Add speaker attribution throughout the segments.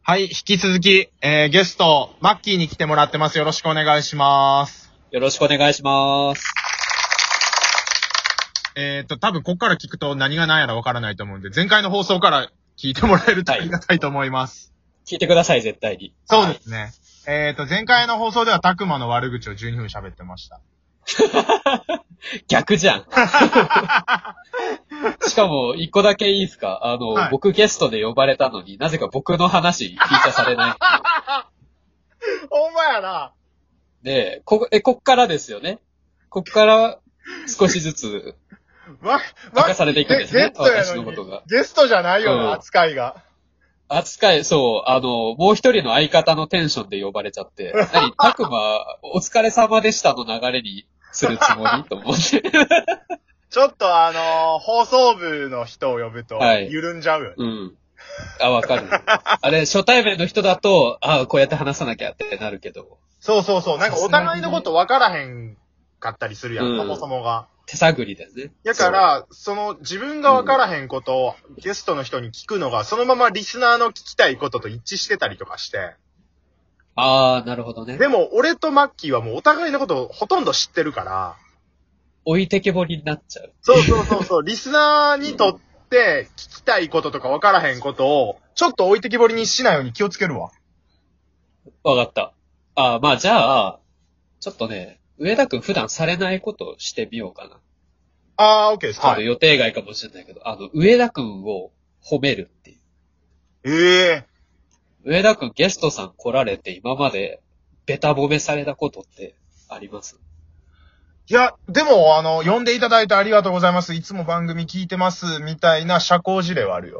Speaker 1: はい、引き続き、ゲスト、マッキーに来てもらってます。よろしくお願いします。
Speaker 2: よろしくお願いします。
Speaker 1: 多分こっから聞くと何が何やらわからないと思うんで、前回の放送から聞いてもらえるとありがたいと思います。
Speaker 2: 聞いてください、絶対に。
Speaker 1: そうですね。前回の放送ではタクマの悪口を12分喋ってました。
Speaker 2: 逆じゃん。しかも、一個だけいいですか？
Speaker 1: はい、
Speaker 2: 僕ゲストで呼ばれたのになぜか僕の話フィーチャーされない。
Speaker 1: ほんまやな。
Speaker 2: で、こっからですよね。こっから少しずつ明かされていくんですね。私のことが。
Speaker 1: ゲストじゃないよな、扱いが。
Speaker 2: そう、もう一人の相方のテンションで呼ばれちゃって、タクマ、お疲れ様でしたの流れにするつもりと思って。
Speaker 1: ちょっと放送部の人を呼ぶと、緩んじゃうよね。
Speaker 2: うん。わかる。あれ、初対面の人だと、こうやって話さなきゃってなるけど。
Speaker 1: そうそうそう。なんかお互いのこと分からへんかったりするやん、そもそもが。
Speaker 2: 手探りだよね。
Speaker 1: だから、自分が分からへんことをゲストの人に聞くのが、そのままリスナーの聞きたいことと一致してたりとかして。
Speaker 2: なるほどね。
Speaker 1: でも、俺とマッキーはもうお互いのことをほとんど知ってるから。
Speaker 2: 置いてけぼりになっちゃう。
Speaker 1: そう。リスナーにとって聞きたいこととか分からへんことを、ちょっと置いてけぼりにしないように気をつけるわ。
Speaker 2: わかった。じゃあ、ちょっとね、上田くん普段されないことをしてみようかな。
Speaker 1: オッケーです。
Speaker 2: ちょっと予定外かもしれないけど、上田くんを褒めるっていう。上田くんゲストさん来られて今までベタ褒めされたことってあります？
Speaker 1: いや、でも、呼んでいただいてありがとうございます。いつも番組聞いてます。みたいな社交辞令はあるよ。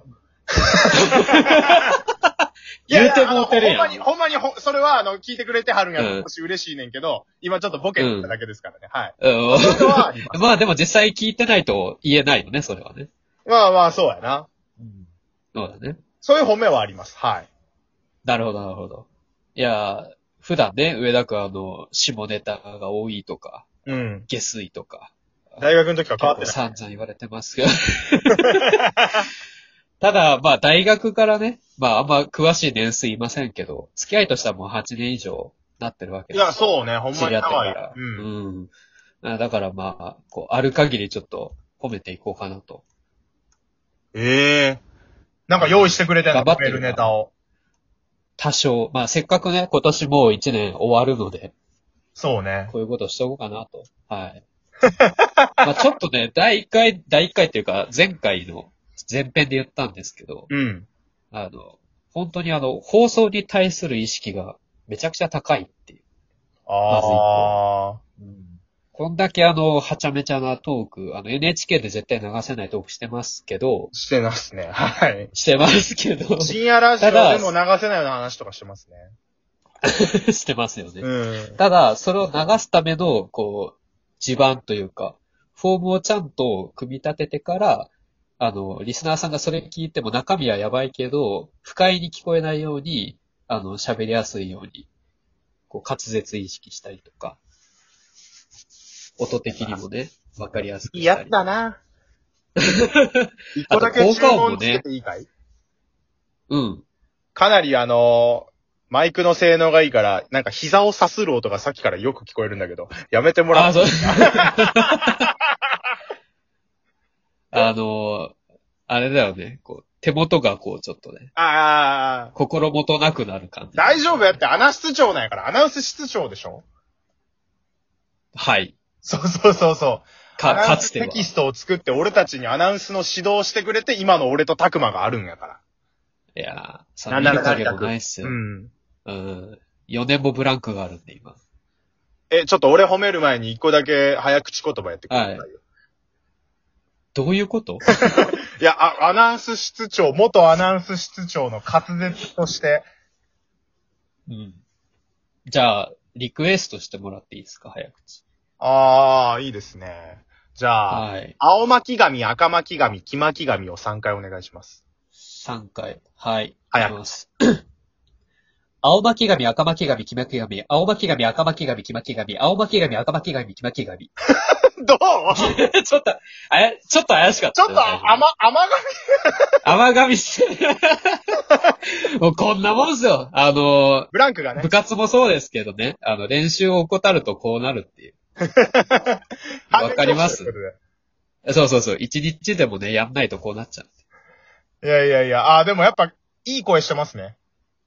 Speaker 2: 言うてもうてるやん。
Speaker 1: ほんまに、それは、聞いてくれてはるんやろ、し嬉しいねんけど、今ちょっとボケてただけですからね。はい。それはあります。
Speaker 2: まあでも実際聞いてないと言えないよね、それはね。
Speaker 1: まあ、そうやな。
Speaker 2: そうだね。
Speaker 1: そういう褒めはあります。はい。
Speaker 2: なるほど。いや、普段ね、上田くん下ネタが多いとか、下水とか。
Speaker 1: 大学の時から変わってない。
Speaker 2: 散々言われてますが。ただ、大学からね、あんま詳しい年数いませんけど、付き合いとしてはもう8年以上なってるわけです。
Speaker 1: いや、そうね、ほんまに
Speaker 2: 知り合ってから。だからある限りちょっと褒めていこうかなと。
Speaker 1: なんか用意してくれてんの？褒めるネタを。
Speaker 2: 多少。せっかくね、今年もう1年終わるので。
Speaker 1: そうね。
Speaker 2: こういうことしておこうかなと。はい。ちょっとね、第1回っていうか、前回の前編で言ったんですけど、本当に放送に対する意識がめちゃくちゃ高いっていう。まず一個。こんだけはちゃめちゃなトーク、NHK で絶対流せないトークしてますけど。
Speaker 1: してますね。はい。
Speaker 2: してますけど。
Speaker 1: 深夜ラジオでも流せないような話とかしてますね。
Speaker 2: してますよね。ただ、それを流すための、地盤というか、フォームをちゃんと組み立ててから、リスナーさんがそれ聞いても中身はやばいけど、不快に聞こえないように、喋りやすいように、滑舌意識したりとか、音的にもね、わかりやすくしたり。
Speaker 1: やったな。一個だけ注文つけていいかい？かなりマイクの性能がいいから、なんか膝をさする音がさっきからよく聞こえるんだけど、やめてもらっていいですか？
Speaker 2: あれだよね、手元がちょっとね。心もとなくなる感じ。
Speaker 1: 大丈夫やって、アナ室長なんやから、アナウンス室長でしょ？
Speaker 2: はい。
Speaker 1: そう。
Speaker 2: かつては。
Speaker 1: テキストを作って俺たちにアナウンスの指導をしてくれて、今の俺とタクマがあるんやから。
Speaker 2: いやー、そんな見る影もないっすよ。4年もブランクがあるんで、今。
Speaker 1: ちょっと俺褒める前に一個だけ早口言葉やってくださいよ。
Speaker 2: どういうこと？
Speaker 1: いや、アナウンス室長、元アナウンス室長の滑舌として。
Speaker 2: じゃあ、リクエストしてもらっていいですか、早口。
Speaker 1: いいですね。じゃあ、青巻紙、赤巻紙、黄巻紙を3回お願いします。
Speaker 2: 3回。はい。
Speaker 1: 早
Speaker 2: く。青巻紙、赤巻紙、黄巻紙、青巻紙、赤巻紙、黄巻紙、青巻紙、赤巻紙、黄巻紙。
Speaker 1: どう？
Speaker 2: ちょっと怪しかった。
Speaker 1: ちょっと甘
Speaker 2: 紙して。 もうこんなもんすよ。
Speaker 1: ブランクがね。
Speaker 2: 部活もそうですけどね。練習を怠るとこうなるっていう。わかります？そうそうそう。一日でもね、やんないとこうなっちゃう。
Speaker 1: いやいやいや、でもやっぱ、いい声してますね。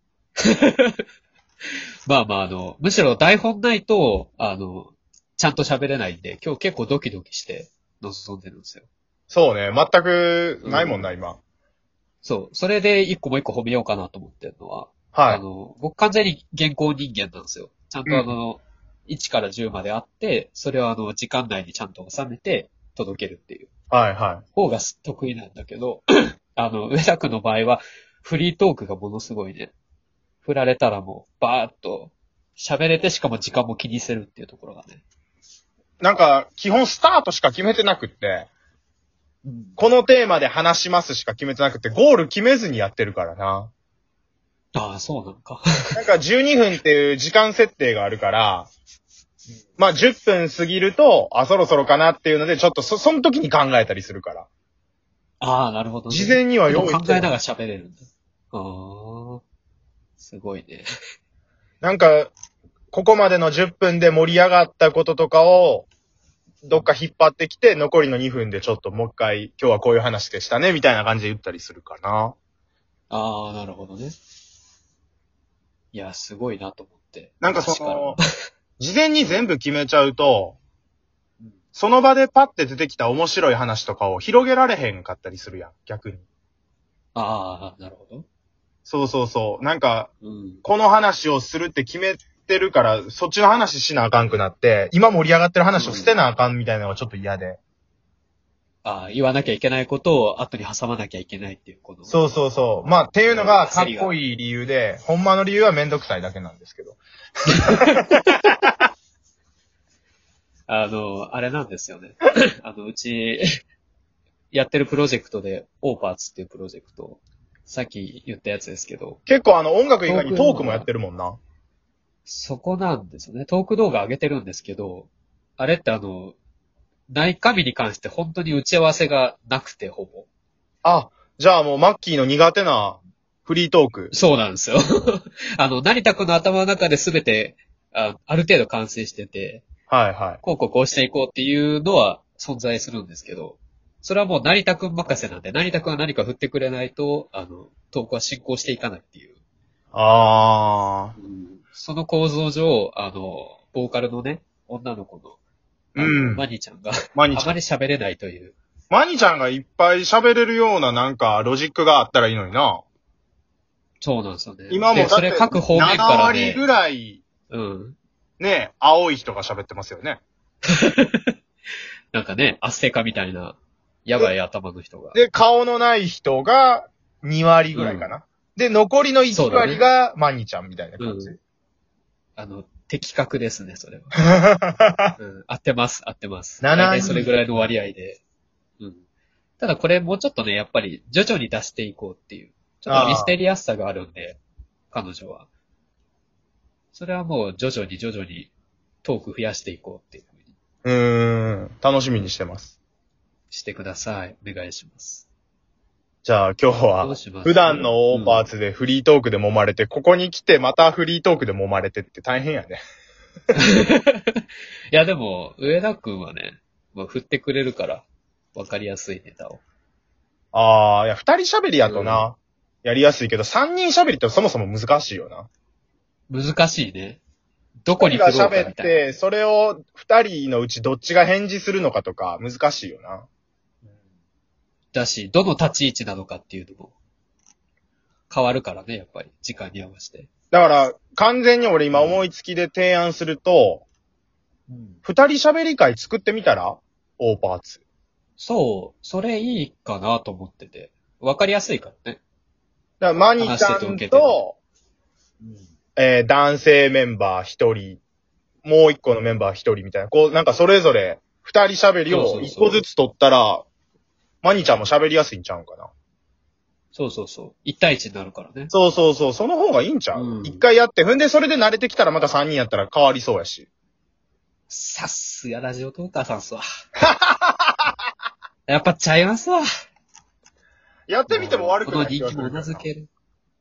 Speaker 2: まあまあ、むしろ台本ないと、ちゃんと喋れないんで、今日結構ドキドキして臨んでるんですよ。
Speaker 1: そうね、全くないもんな、今。
Speaker 2: そう。それで一個もう一個褒めようかなと思ってるのは、
Speaker 1: はい。
Speaker 2: 僕完全に原稿人間なんですよ。ちゃんと1から10まであって、それを時間内にちゃんと収めて届けるっていう
Speaker 1: はいはい。
Speaker 2: 方が得意なんだけど、上田くんの場合は、フリートークがものすごいね、振られたらもう、バーっと喋れて、しかも時間も気にせるっていうところがね。
Speaker 1: なんか、基本スタートしか決めてなくって、
Speaker 2: うん、
Speaker 1: このテーマで話しますしか決めてなくて、ゴール決めずにやってるからな。
Speaker 2: ああ、そうなのか。
Speaker 1: なんか12分っていう時間設定があるから、まあ10分過ぎると、そろそろかなっていうので、ちょっとその時に考えたりするから。
Speaker 2: ああ、なるほどね。
Speaker 1: 事前には
Speaker 2: 用意考えながら喋れるんだ。ああ、すごいね。
Speaker 1: なんか、ここまでの10分で盛り上がったこととかを、どっか引っ張ってきて、残りの2分でちょっともう一回、今日はこういう話でしたね、みたいな感じで言ったりするかな。
Speaker 2: ああ、なるほどね。いや、すごいなと思って。
Speaker 1: なんか事前に全部決めちゃうと、その場でパッて出てきた面白い話とかを広げられへんかったりするやん、逆に。
Speaker 2: ああ、なるほど。
Speaker 1: そうそうそう。なんか、
Speaker 2: うん、
Speaker 1: この話をするって決めてるから、そっちの話しなあかんくなって、今盛り上がってる話を捨てなあかんみたいなのがちょっと嫌で。
Speaker 2: ああ、言わなきゃいけないことを後に挟まなきゃいけないっていうこと。
Speaker 1: そうそうそう。まあ、っていうのがかっこいい理由で、ほんまの理由はめんどくさいだけなんですけど。
Speaker 2: あれなんですよね。うち、やってるプロジェクトで、オーパーツっていうプロジェクト、さっき言ったやつですけど。
Speaker 1: 結構音楽以外にトークもやってるもんな。
Speaker 2: そこなんですよね。トーク動画上げてるんですけど、あれって内紙に関して本当に打ち合わせがなくて、ほぼ。
Speaker 1: じゃあもうマッキーの苦手なフリートーク。
Speaker 2: そうなんですよ。成田くんの頭の中で全て、ある程度完成してて、
Speaker 1: はいはい。
Speaker 2: こうしていこうっていうのは存在するんですけど、それはもう成田くん任せなんで、成田くんは何か振ってくれないと、トークは進行していかないっていう。その構造上、ボーカルのね、女の子の、マニちゃんが、あまり喋れないという。
Speaker 1: マニちゃんがいっぱい喋れるようななんかロジックがあったらいいのにな。
Speaker 2: そうなんですよね。
Speaker 1: 今も
Speaker 2: それ各方面からね。
Speaker 1: 7割ぐらい、ね、青い人が喋ってますよね。
Speaker 2: なんかね、アステカみたいな、やばい頭の人が。
Speaker 1: で、顔のない人が2割ぐらいかな。で、残りの1割がマニちゃんみたいな感じ。
Speaker 2: 的確ですね、それは。合ってます、合ってます。大体それぐらいの割合で。ただこれもうちょっとね、やっぱり徐々に出していこうっていう。ちょっとミステリアスさがあるんで、彼女は。それはもう徐々にトーク増やしていこうっていう
Speaker 1: ふうに。楽しみにしてます。
Speaker 2: してください。お願いします。
Speaker 1: じゃあ今日は、普段のオーパーツでフリートークで揉まれて、ここに来てまたフリートークで揉まれてって大変やね。
Speaker 2: いやでも、上田くんはね、振ってくれるから、わかりやすいネタを。
Speaker 1: いや、二人喋りやとな、やりやすいけど、三人喋りってそもそも難しいよな。
Speaker 2: 難しいね。どこに振ろうかみたいな。
Speaker 1: 一人が喋って、それを二人のうちどっちが返事するのかとか、難しいよな。
Speaker 2: だし、どの立ち位置なのかっていうのも、変わるからね、やっぱり、時間に合わせて。
Speaker 1: だから、完全に俺今思いつきで提案すると、二人喋り会作ってみたらオーパーツ。
Speaker 2: そう、それいいかなと思ってて。わかりやすいからね。
Speaker 1: だからマニちゃんと、男性メンバー一人、もう一個のメンバー一人みたいな、こう、なんかそれぞれ二人喋りを一個ずつ取ったら、マニちゃんも喋りやすいんちゃうんかな。
Speaker 2: そうそうそう。一対一になるからね。
Speaker 1: そうそうそう。その方がいいんちゃう？一回やって、ふんでそれで慣れてきたらまた三人やったら変わりそうやし。
Speaker 2: さすがラジオトーカーさんっすわ。やっぱちゃいますわ。
Speaker 1: やってみても悪くない
Speaker 2: この人気も頷ける。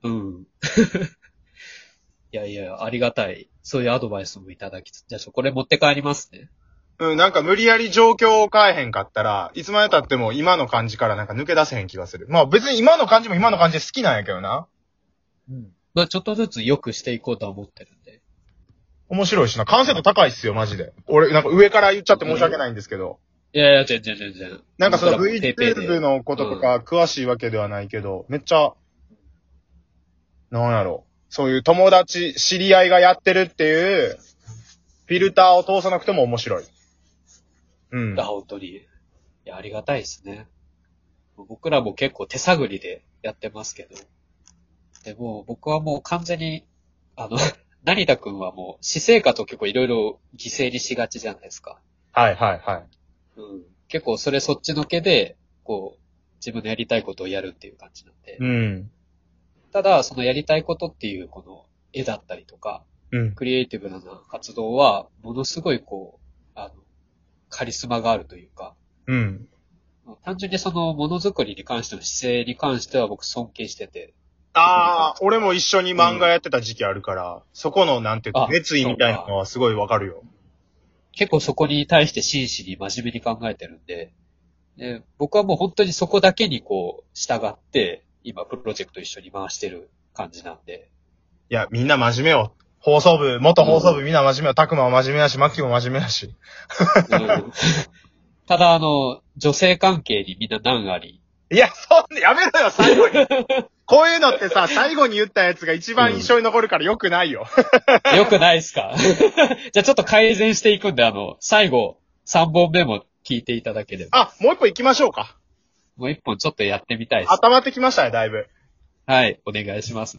Speaker 2: うん。いやいや、ありがたい。そういうアドバイスもいただきつつ。じゃあこれ持って帰りますね。
Speaker 1: うん、なんか無理やり状況を変えへんかったら、いつまで経っても今の感じからなんか抜け出せへん気がする。まあ別に今の感じも今の感じで好きなんやけどな。
Speaker 2: うん。まあちょっとずつ良くしていこうとは思ってるんで。
Speaker 1: 面白いしな。完成度高いっすよ、マジで。俺、なんか上から言っちゃって申し訳ないんですけど。
Speaker 2: いやいや、全然。
Speaker 1: なんかその VTube のこととか詳しいわけではないけど、めっちゃ、なんやろ。そういう友達、知り合いがやってるっていう、フィルターを通さなくても面白い。うん。
Speaker 2: 本当に。いや、ありがたいですね。僕らも結構手探りでやってますけど。でも、僕はもう完全に、成田くんはもう、私生活を結構いろいろ犠牲にしがちじゃないですか。
Speaker 1: はいはいはい。
Speaker 2: うん。結構そっちのけで、こう、自分のやりたいことをやるっていう感じなんで。
Speaker 1: うん。
Speaker 2: ただ、そのやりたいことっていう、この、絵だったりとか、
Speaker 1: うん。
Speaker 2: クリエイティブな活動は、ものすごいこう、カリスマがあるというか、
Speaker 1: うん。
Speaker 2: 単純にそのものづくりに関しての姿勢に関しては僕尊敬してて。
Speaker 1: ああ、俺も一緒に漫画やってた時期あるから、そこのなんていうの、熱意みたいなのはすごいわかるよ。
Speaker 2: 結構そこに対して真摯に真面目に考えてるんで、で僕はもう本当にそこだけにこう、従って、今プロジェクト一緒に回してる感じなんで。
Speaker 1: いや、みんな真面目よ。元放送部みんな真面目よ。たくまは真面目やし、マッキーも真面目やし。
Speaker 2: うん、ただ女性関係にみんな難あり。
Speaker 1: いや、やめろよ、最後に。こういうのってさ、最後に言ったやつが一番印象に残るから良くないよ。
Speaker 2: 良くないっすかじゃあちょっと改善していくんで、最後、3本目も聞いていただければ。
Speaker 1: あ、もう一本行きましょうか。
Speaker 2: もう一本ちょっとやってみたいです。
Speaker 1: 温まってきましたね、だいぶ。
Speaker 2: はい、お願いします。